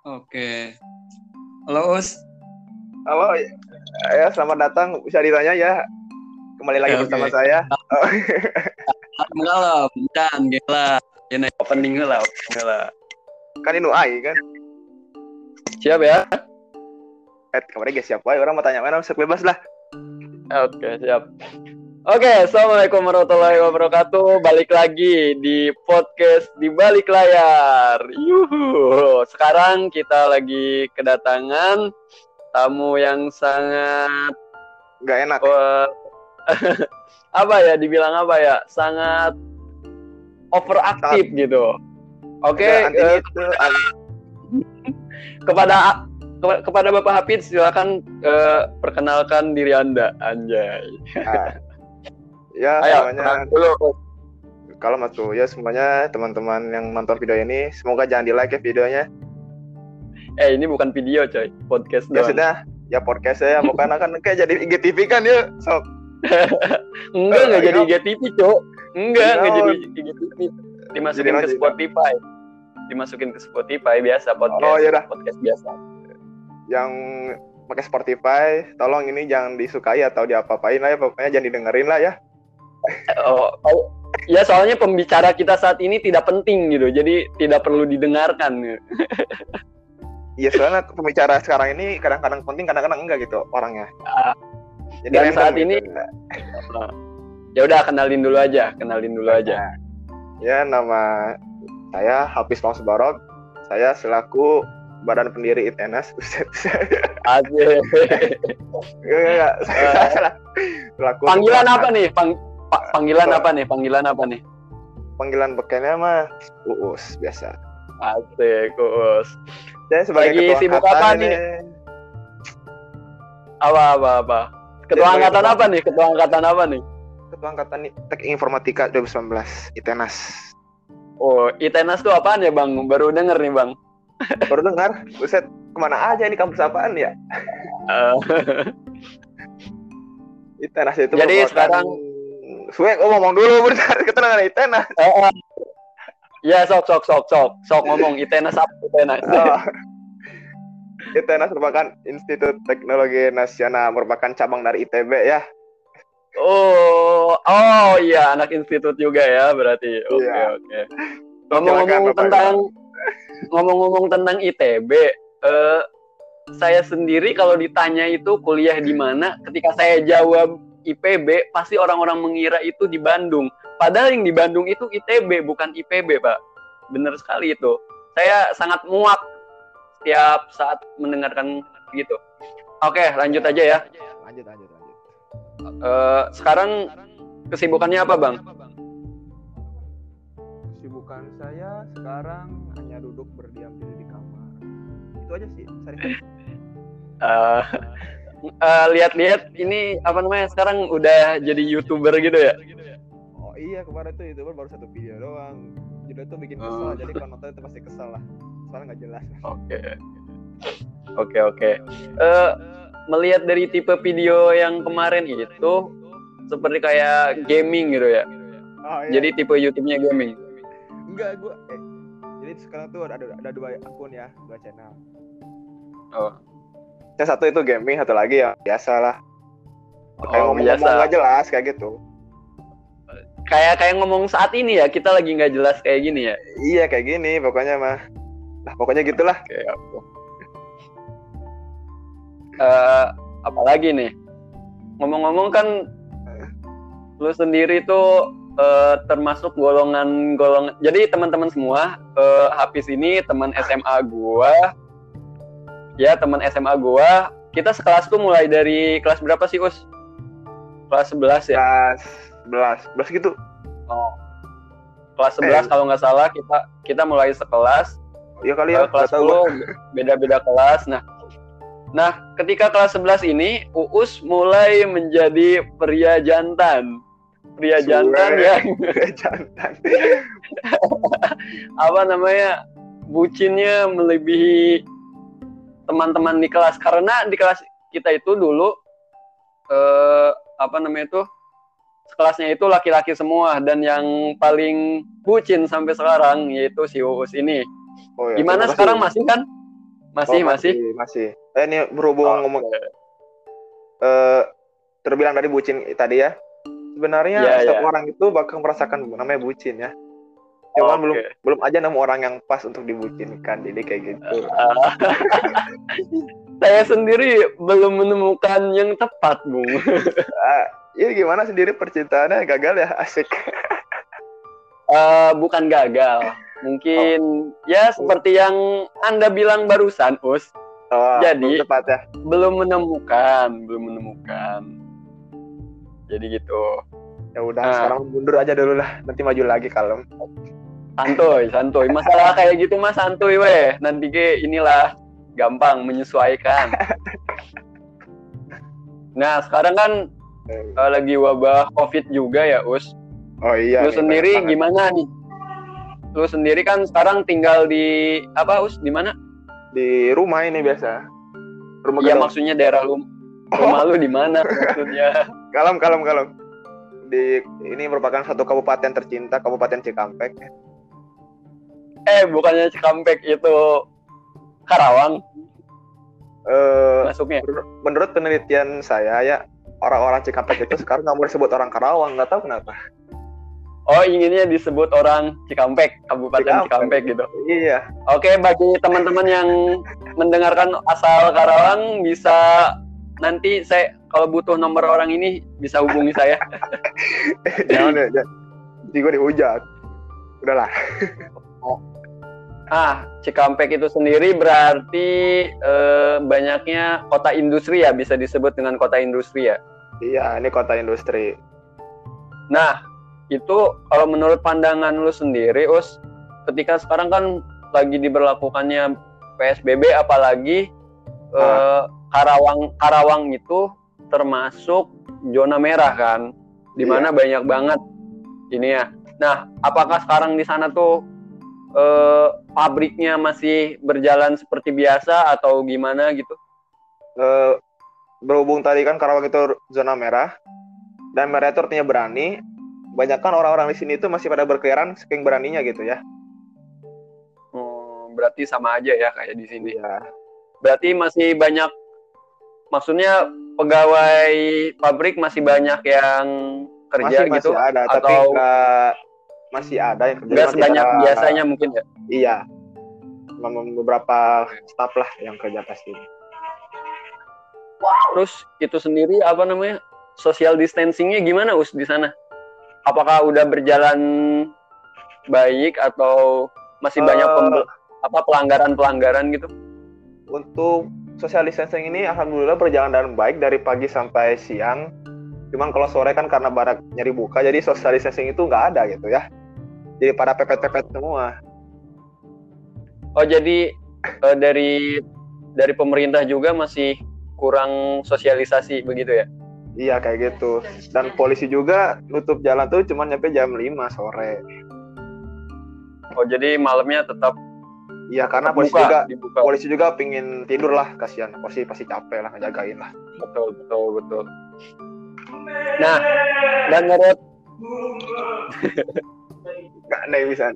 Oke. Halo Us. Halo, ya selamat datang. Bisa ditanya ya. Kembali lagi bersama saya. Enggak lah, bukan gila. Ini opening lah. Kan ini AI kan. Siap ya? Kemarin guys siapa? Orang mau tanya mana? Bebas lah. Oke, siap. Oke, assalamualaikum warahmatullahi wabarakatuh. Balik lagi di podcast di balik layar. Yuhu. Sekarang kita lagi kedatangan tamu yang sangat nggak enak. Apa ya? Dibilang apa ya? Sangat overaktif gitu. Oke. Kepada Bapak Hafid, silakan perkenalkan diri Anda, anjay. Ya, ayo, semuanya. Kalau masuk ya semuanya teman-teman yang nonton video ini, semoga jangan di-like ya videonya. Ini bukan video, coy, podcast doang. Ya sudah, ya podcast saya bukan akan kayak jadi IGTV kan ya, sok. Enggak jadi IGTV, Cok. Enggak jadi IGTV. Dimasukin ke Spotify. Dimasukin ke Spotify biasa podcast. Oh, iya dah. Podcast biasa. Yang pakai Spotify, tolong ini jangan disukai atau diapa-apain lah ya, pokoknya jangan didengerin lah ya. Ya soalnya pembicara kita saat ini tidak penting gitu, jadi tidak perlu didengarkan. Iya soalnya pembicara sekarang ini kadang-kadang penting, kadang-kadang enggak gitu orangnya. Jadi dan saat gitu. Ini, ya udah kenalin dulu aja. Ya nama saya Hafiz Mausbarok, saya selaku badan pendiri ITENAS. Asik. Enggak. Panggilan apa nih? Panggilan apa nih? Panggilan bekennya mah Uus biasa. Asik, Uus. Saya sebagai lagi ketua sibuk angkatan apa nih? Apa? Ketua angkatan apa nih? Ketua angkatan Teknik Informatika 2019 ITENAS. Oh, ITENAS tuh apaan ya, Bang? Baru denger nih, Bang. Baru dengar. Buset, kemana aja ini kampus apaan ya? ITENAS itu jadi sekarang ngomong dulu bentar ketenangan ITENAS. Ya, sok ngomong ITENAS apa ITENAS? ITENAS merupakan Institut Teknologi Nasional, merupakan cabang dari ITB ya. Oh iya, anak institut juga ya berarti. Oke. Ngomong-ngomong tentang ITB, saya sendiri kalau ditanya itu kuliah di mana, ketika saya jawab IPB, pasti orang-orang mengira itu di Bandung. Padahal yang di Bandung itu ITB, bukan IPB, Pak. Benar sekali itu. Saya sangat muak setiap saat mendengarkan gitu. Oke, lanjut aja ya. Lanjut. Sekarang kesibukannya apa, Bang? Kesibukan saya sekarang hanya duduk berdiam diri di kamar. Itu aja sih sehari-hari. Lihat-lihat ini apa namanya, sekarang udah jadi YouTuber gitu ya? Oh iya, kemarin tuh YouTuber baru satu video doang. Judul tuh bikin kesel, jadi kalau nonton itu pasti kesel lah. Soalnya nggak jelas. Oke. Melihat dari tipe video yang kemarin itu seperti kayak gaming gitu ya. Oh, iya. Jadi tipe YouTube-nya gaming. Enggak, gue jadi sekarang tuh ada 2 akun ya, 2 channel. Oh. Yang satu itu gaming, satu lagi ya biasa lah. Kayak ngomong nggak jelas kayak gitu. Kayak ngomong saat ini ya, kita lagi nggak jelas kayak gini ya. Iya kayak gini pokoknya mah. Nah pokoknya gitulah. Apalagi nih, ngomong-ngomong kan lu sendiri tuh termasuk golongan. Jadi teman-teman semua, Hafiz ini teman SMA gua. Ya, teman SMA gua. Kita sekelas tuh mulai dari kelas berapa sih, Us? Kelas 11 ya? Kelas 11 gitu. Oh. Kelas 11 kalau nggak salah kita mulai sekelas. Iya kali ya. Kelas 10 beda-beda kelas. Nah, ketika kelas 11 ini, Uus mulai menjadi pria jantan. Pria jantan. Apa namanya? Bucinnya melebihi teman-teman di kelas. Karena di kelas kita itu dulu sekelasnya itu laki-laki semua, dan yang paling bucin sampai sekarang yaitu si Uus ini. Oh, ya, gimana sekarang masih kan? Masih, masih. Masih. Ini berhubung ngomong terbilang dari bucin tadi ya. Sebenarnya setiap orang itu bakal merasakan namanya bucin ya. Cuman belum aja nemu orang yang pas untuk dibucinkan. Jadi kayak gitu. Saya sendiri belum menemukan yang tepat, Bung. Ya gimana sendiri percintaannya gagal ya? Asik. Bukan gagal. Mungkin ya seperti yang Anda bilang barusan, Us. Jadi belum tepat ya? belum menemukan. Jadi gitu. Ya udah, sekarang mundur aja dulu lah. Nanti maju lagi kalem. Santuy. Masalah kayak gitu mah santuy weh. Nanti inilah gampang menyesuaikan. Nah, sekarang kan lagi wabah COVID juga ya, Us. Oh iya. Lu sendiri gimana nih? Lu sendiri kan sekarang tinggal di apa, Us? Di mana? Di rumah ini biasa. Rumah iya, maksudnya daerah lu. Rumah lu di mana maksudnya? Kalem. Ini merupakan satu kabupaten tercinta, Kabupaten Cikampek. Bukannya Cikampek itu Karawang? Masuknya. Menurut penelitian saya ya, orang-orang Cikampek itu sekarang nggak mau disebut orang Karawang, nggak tahu kenapa. Oh, inginnya disebut orang Cikampek, Kabupaten Cikampek gitu. Iya. Oke, bagi teman-teman yang mendengarkan asal Karawang, bisa nanti saya kalau butuh nomor orang ini bisa hubungi saya. Jangan. Jadi gue dihujat. Udahlah. Cikampek itu sendiri berarti banyaknya kota industri ya, bisa disebut dengan kota industri ya? Iya, ini kota industri. Nah, itu kalau menurut pandangan lu sendiri, Us, ketika sekarang kan lagi diberlakukannya PSBB, apalagi Karawang itu termasuk zona merah kan, dimana banyak banget ini ya. Nah, apakah sekarang di sana tuh pabriknya masih berjalan seperti biasa atau gimana gitu? Berhubung tadi kan Karawang itu zona merah, dan merah itu artinya berani. Banyak kan orang-orang di sini itu masih pada berkeliaran saking beraninya gitu ya. Berarti sama aja ya kayak di sini. Ya. Berarti masih banyak, maksudnya pegawai pabrik masih banyak yang kerja masih gitu? Ada, atau tapi masih ada yang kerja. Nggak sebanyak biasanya mungkin ya? Iya. Beberapa staf lah yang kerja pasti. Terus itu sendiri apa namanya? Social distancing-nya gimana, Us, di sana? Apakah udah berjalan baik atau masih banyak pelanggaran gitu? Untuk social distancing ini alhamdulillah berjalan dengan baik dari pagi sampai siang. Cuman kalau sore kan karena barak nyari buka, jadi social distancing itu nggak ada gitu ya. Jadi pada pepet-pepet semua. Oh, jadi dari pemerintah juga masih kurang sosialisasi begitu ya? Iya kayak gitu. Dan polisi juga nutup jalan tuh cuma nyampe jam 5 sore. Oh, jadi malamnya tetap. Iya, karena polisi juga pingin tidur lah, kasihan. Pasti capek lah ngejagain lah. Betul. Nah, dan menurut nggak bisa.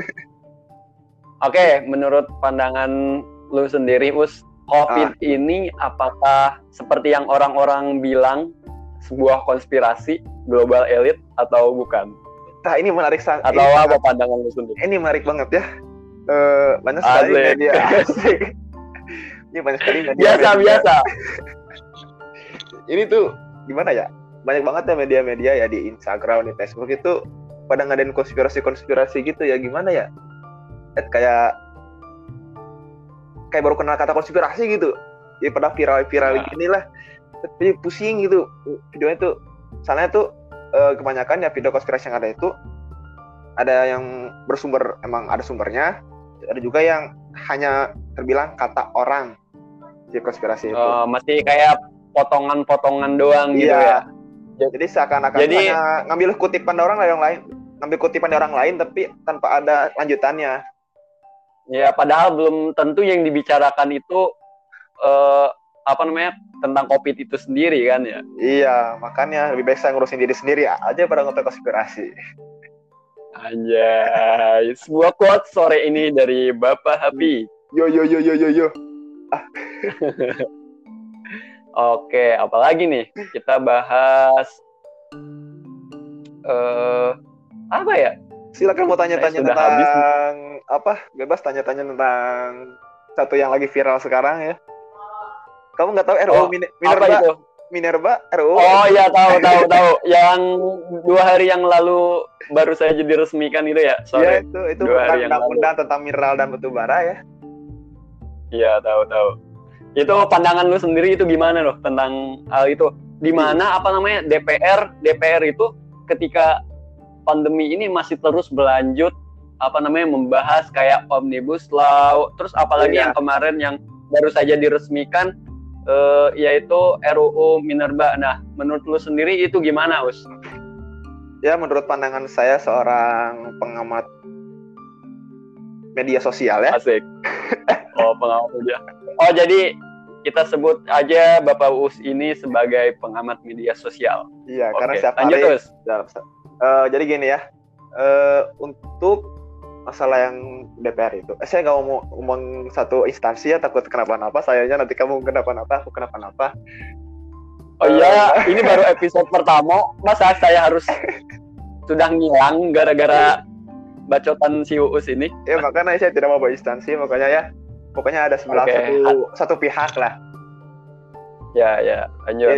Oke, menurut pandangan lu sendiri, Us, COVID ini apakah seperti yang orang-orang bilang sebuah konspirasi global elite atau bukan? Nah, ini menarik sangat. Atau apa pandangan lu sendiri? Ini menarik banget ya. Banyak sekali media asik. Ini banyak sekali media. Biasa. Ini tuh gimana ya? Banyak banget ya media-media ya di Instagram, di Facebook itu pada ngadain konspirasi gitu ya, gimana ya? Kayak baru kenal kata konspirasi gitu. Jadi pada viral gini lah. Tapi pusing gitu. Videonya tuh soalnya tuh kebanyakan ya video konspirasi yang ada itu ada yang bersumber, emang ada sumbernya, ada juga yang hanya terbilang kata orang di konspirasi itu. Masih kayak potongan-potongan doang gitu ya. Jadi seakan-akan hanya ngambil kutipan dari orang lain, tapi tanpa ada lanjutannya. Ya, padahal belum tentu yang dibicarakan itu tentang COVID itu sendiri kan ya. Iya, makanya lebih baik saya ngurusin diri sendiri aja pada ngotot konspirasi. Anjay, sebuah quote sore ini dari Bapak Happy. Yo. Oke, apalagi nih? Kita bahas apa ya? Silakan mau tanya-tanya Sudah habis. tentang apa? Bebas tanya-tanya tentang satu yang lagi viral sekarang ya. Kamu nggak tahu RUU Apa Minerba? itu? Minerba RUU. Oh iya, tahu. Yang 2 hari yang lalu baru saja diresmikan itu ya? Iya, Sore. itu 2 hari yang lalu. undang-undang tentang mineral dan batu bara ya. Iya, tahu. Itu pandangan lu sendiri itu gimana loh tentang hal itu? Di mana DPR itu ketika pandemi ini masih terus berlanjut membahas kayak Omnibus Law, terus apalagi yang kemarin yang baru saja diresmikan yaitu RUU Minerba. Nah, menurut lu sendiri itu gimana, Us? Ya, menurut pandangan saya seorang pengamat media sosial ya. Asik. Oh, pengamat media. Oh, jadi kita sebut aja Bapak Us ini sebagai pengamat media sosial. Iya, Oke, karena setiap lanjut, hari. Us. Jadi gini ya, untuk masalah yang DPR itu, saya nggak mau ngomong satu instansi ya, takut kenapa-napa. Sayangnya nanti kamu kenapa-napa, aku kenapa-napa. Oh iya, ini baru episode pertama, masa saya harus sudah ngilang gara-gara bacotan si Uus ini? Ya makanya saya tidak mau bawa instansi, makanya pokoknya ada satu pihak lah. Ya, lanjut.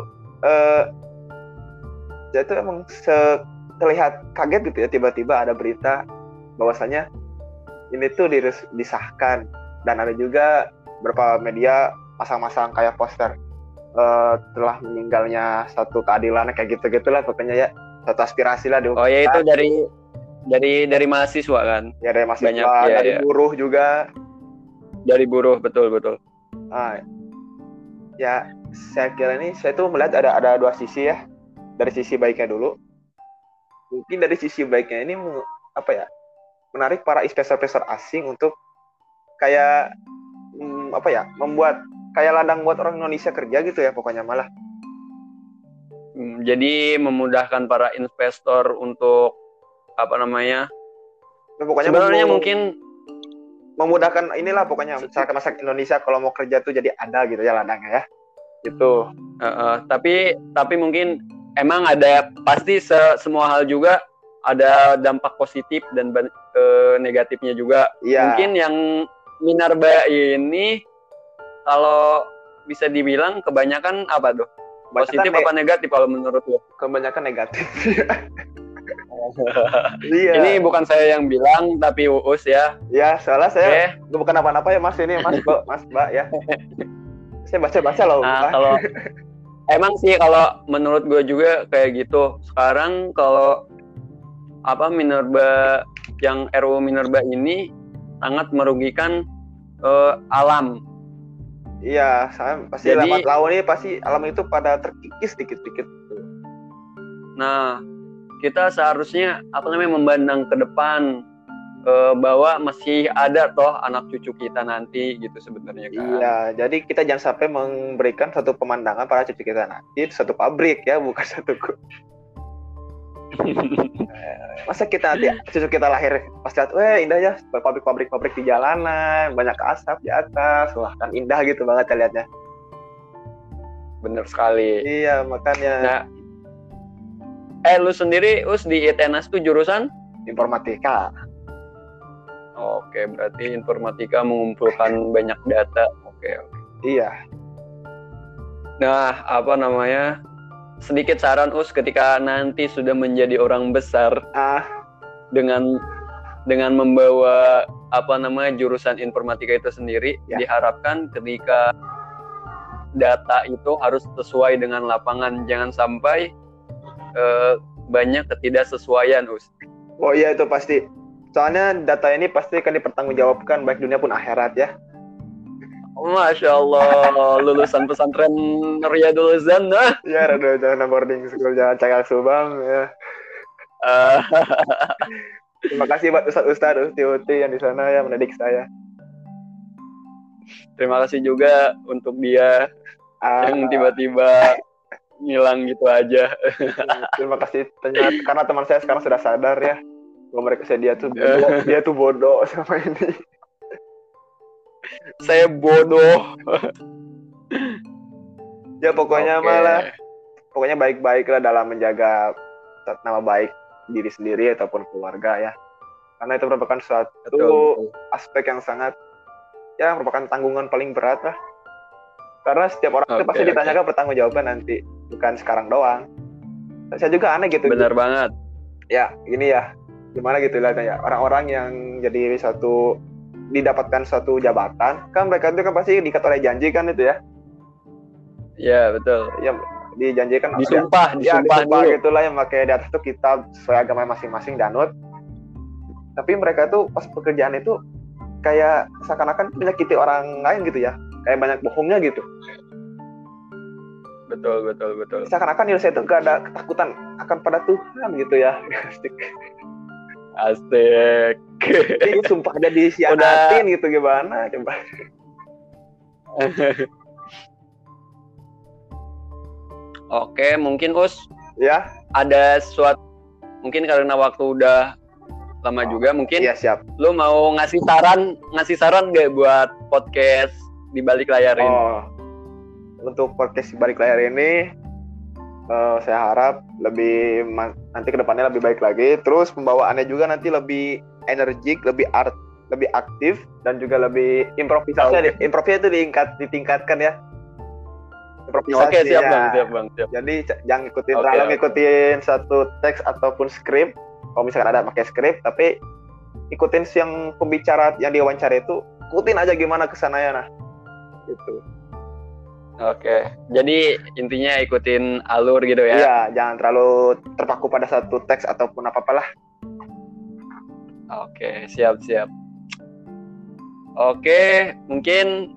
Itu emang terlihat kaget gitu ya, tiba-tiba ada berita bahwasanya ini tuh disahkan, dan ada juga beberapa media masang-masang kayak poster telah meninggalnya satu keadilan kayak gitu-gitulah pokoknya ya, satu aspirasi lah diungkapkan. Oh ya, itu dari mahasiswa kan? Ya, dari mahasiswa, dari buruh juga. Dari buruh, betul. Ya, saya kira ini saya tuh melihat ada dua sisi ya. Dari sisi baiknya dulu. Mungkin dari sisi baiknya ini menarik para investor-investor asing untuk kayak membuat kayak ladang buat orang Indonesia kerja gitu ya pokoknya malah. Jadi memudahkan para investor untuk pokoknya sebenarnya mungkin memudahkan inilah pokoknya masyarakat Indonesia kalau mau kerja tuh jadi ada gitu ya ladangnya ya. Gitu. Tapi mungkin emang ada pasti semua hal juga ada dampak positif dan negatifnya juga. Iya. Mungkin yang Minerba ini kalau bisa dibilang kebanyakan apa tuh? Positif apa negatif kalau menurut lo? Kebanyakan negatif. Iya. Ini bukan saya yang bilang tapi Uus ya. Ya, soalnya saya bukan apa-apa ya Mas ini Mas Mbak ya. Saya baca loh. Nah, kalau emang sih kalau menurut gue juga kayak gitu. Sekarang kalau Minerba yang RUU Minerba ini sangat merugikan alam. Iya, pasti lambat laun ini pasti alam itu pada terkikis dikit-dikit. Nah, kita seharusnya memandang ke depan bahwa masih ada toh anak cucu kita nanti gitu sebenarnya kan. Iya, jadi kita jangan sampai memberikan satu pemandangan para cucu kita nanti satu pabrik ya, bukan satu. Masa kita nanti cucu kita lahir pas lihat, indah ya pabrik di jalanan, banyak asap di atas, wah kan indah gitu banget ya lihatnya. Bener sekali. Iya, makanya. Nah, lu sendiri Us di ITENAS tuh jurusan informatika. Oke, berarti informatika mengumpulkan banyak data. Oke. Iya. Nah, sedikit saran Us ketika nanti sudah menjadi orang besar dengan membawa jurusan informatika itu sendiri, diharapkan ketika data itu harus sesuai dengan lapangan, jangan sampai banyak ketidaksesuaian Us. Oh iya, itu pasti. Soalnya data ini pasti akan dipertanggungjawabkan baik dunia pun akhirat ya. Masya Allah, lulusan pesantren Riyadul Jannah. Ya, Riyadul Jannah boarding school Jalan Cakak Subang ya. Terima kasih buat Ustadz Uti yang di sana ya mendidik saya. Terima kasih juga untuk dia yang tiba-tiba ngilang gitu aja. Terima kasih karena teman saya sekarang sudah sadar ya bahwa dia tuh bodoh sama ini. Saya bodoh. Ya pokoknya malah pokoknya baik-baik lah dalam menjaga nama baik diri sendiri ataupun keluarga ya. Karena itu merupakan suatu Betul. aspek yang sangat ya merupakan tanggungan paling berat lah. Karena setiap orang itu pasti ditanyakan pertanggungjawaban nanti, bukan sekarang doang. Saya juga aneh gitu. Benar banget. Ya, ini ya. Gimana gitu lah ya. Orang-orang yang jadi didapatkan suatu jabatan, kan mereka itu kan pasti diikat oleh janji kan itu ya. Ya, betul. Ya, dijanjikan disumpah dulu gitulah yang pakai di atas tuh kitab sesuai agama masing-masing danut. Tapi mereka tuh pas pekerjaan itu kayak seakan-akan menyakiti orang lain gitu ya. Kayak banyak bohongnya gitu. Betul. Seakan-akan diri saya itu gak ada ketakutan akan pada Tuhan gitu ya. Asik. Jadi sumpah aja disianatin gitu gimana coba. Oke, mungkin Us ya ada suatu mungkin karena waktu udah lama juga mungkin. Iya, siap. Lu mau ngasih saran gak buat podcast di balik layar ini? Untuk podcast di balik layar ini saya harap lebih nanti kedepannya lebih baik lagi. Terus pembawaannya juga nanti lebih energik, lebih aktif dan juga lebih improvisasi. Improvisasi itu ditingkatkan ya. Oke, siap bang. Jadi jangan ngikutin satu teks ataupun skrip. Kalau misalkan ada pakai skrip, tapi ikutin yang pembicara yang diwawancara itu, ikutin aja gimana kesananya nah. Gitu. Oke, jadi intinya ikutin alur gitu ya? Iya, jangan terlalu terpaku pada satu teks ataupun apa-apalah. Oke, siap. Oke, mungkin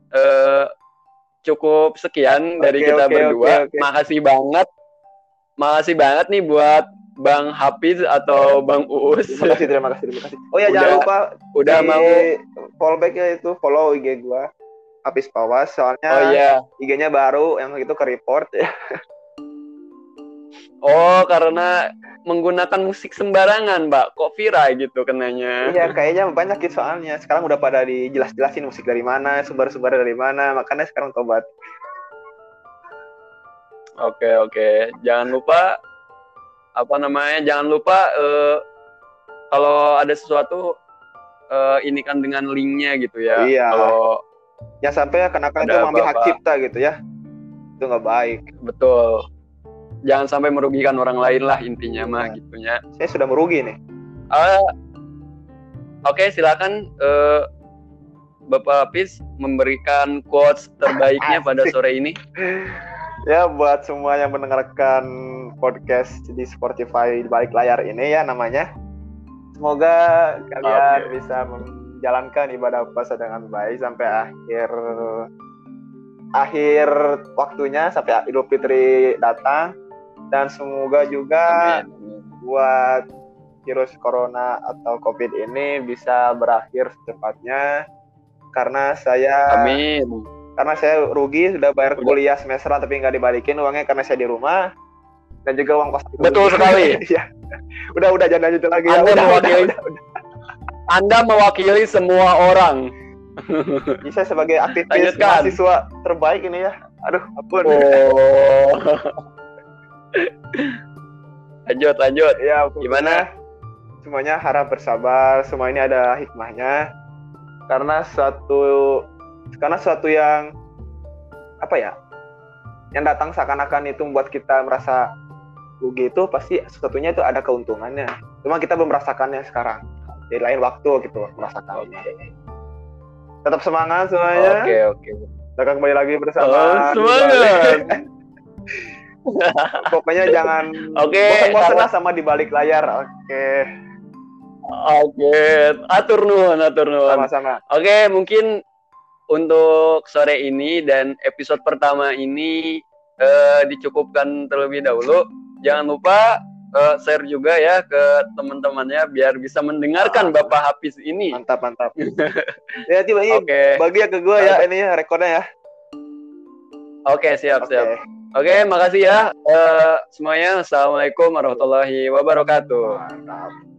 cukup sekian dari kita berdua. Oke. Makasih banget nih buat Bang Hafiz atau Bang Uus. Terima kasih. Oh ya, jangan lupa udah mau fallback ya, itu follow IG gua Hafiz Pawas, soalnya IG-nya baru yang itu ke report ya. Oh, karena menggunakan musik sembarangan, Mbak. Kok viral gitu kenanya? Iya, kayaknya banyak gitu soalnya. Sekarang udah pada dijelas-jelasin musik dari mana, sumber-sumber dari mana, makanya sekarang tobat. Oke. Jangan lupa kalau ada sesuatu ini kan dengan linknya gitu ya. Iya. Kalau ya sampai akan itu mengambil hak cipta gitu ya, itu nggak baik. Betul. Jangan sampai merugikan orang lain lah intinya mah gitunya. Saya sudah merugi nih. Oke, silakan Bapak Hafiz memberikan quotes terbaiknya pada sore ini. Ya, buat semua yang mendengarkan podcast di Spotify di balik layar ini ya namanya. Semoga kalian bisa menjalankan ibadah puasa dengan baik sampai akhir waktunya, sampai Idul Fitri datang. Dan semoga juga buat virus corona atau COVID ini bisa berakhir secepatnya. Karena saya rugi sudah bayar kuliah semesteran tapi nggak dibalikin uangnya karena saya di rumah, dan juga uang kos. Betul sekali. Ya. Udah jangan lanjut lagi. Anda mewakili semua orang. Saya sebagai aktivis mahasiswa terbaik ini ya. Aduh, ampun. Lanjut. Ya, gimana? Semuanya harap bersabar. Semua ini ada hikmahnya. Karena suatu yang apa ya? Yang datang seakan-akan itu membuat kita merasa rugi, itu pasti sesuatunya itu ada keuntungannya. Cuma kita belum merasakannya sekarang. Di lain waktu gitu merasakannya. Tetap semangat semuanya. Oke. Kita kembali lagi bersama. Semangat. Pokoknya jangan bosan-bosan lah sama di balik layar. Oke. Atur nuhun. Sama-sama. Oke, mungkin untuk sore ini dan episode pertama ini dicukupkan terlebih dahulu. Jangan lupa share juga ya ke teman-temannya biar bisa mendengarkan Bapak Hafiz ini. Mantap. Ya, tiba ini bagi ke gue ya ini rekodnya ya. Oke, siap. Oke, makasih ya semuanya. Assalamualaikum warahmatullahi wabarakatuh. Mantap.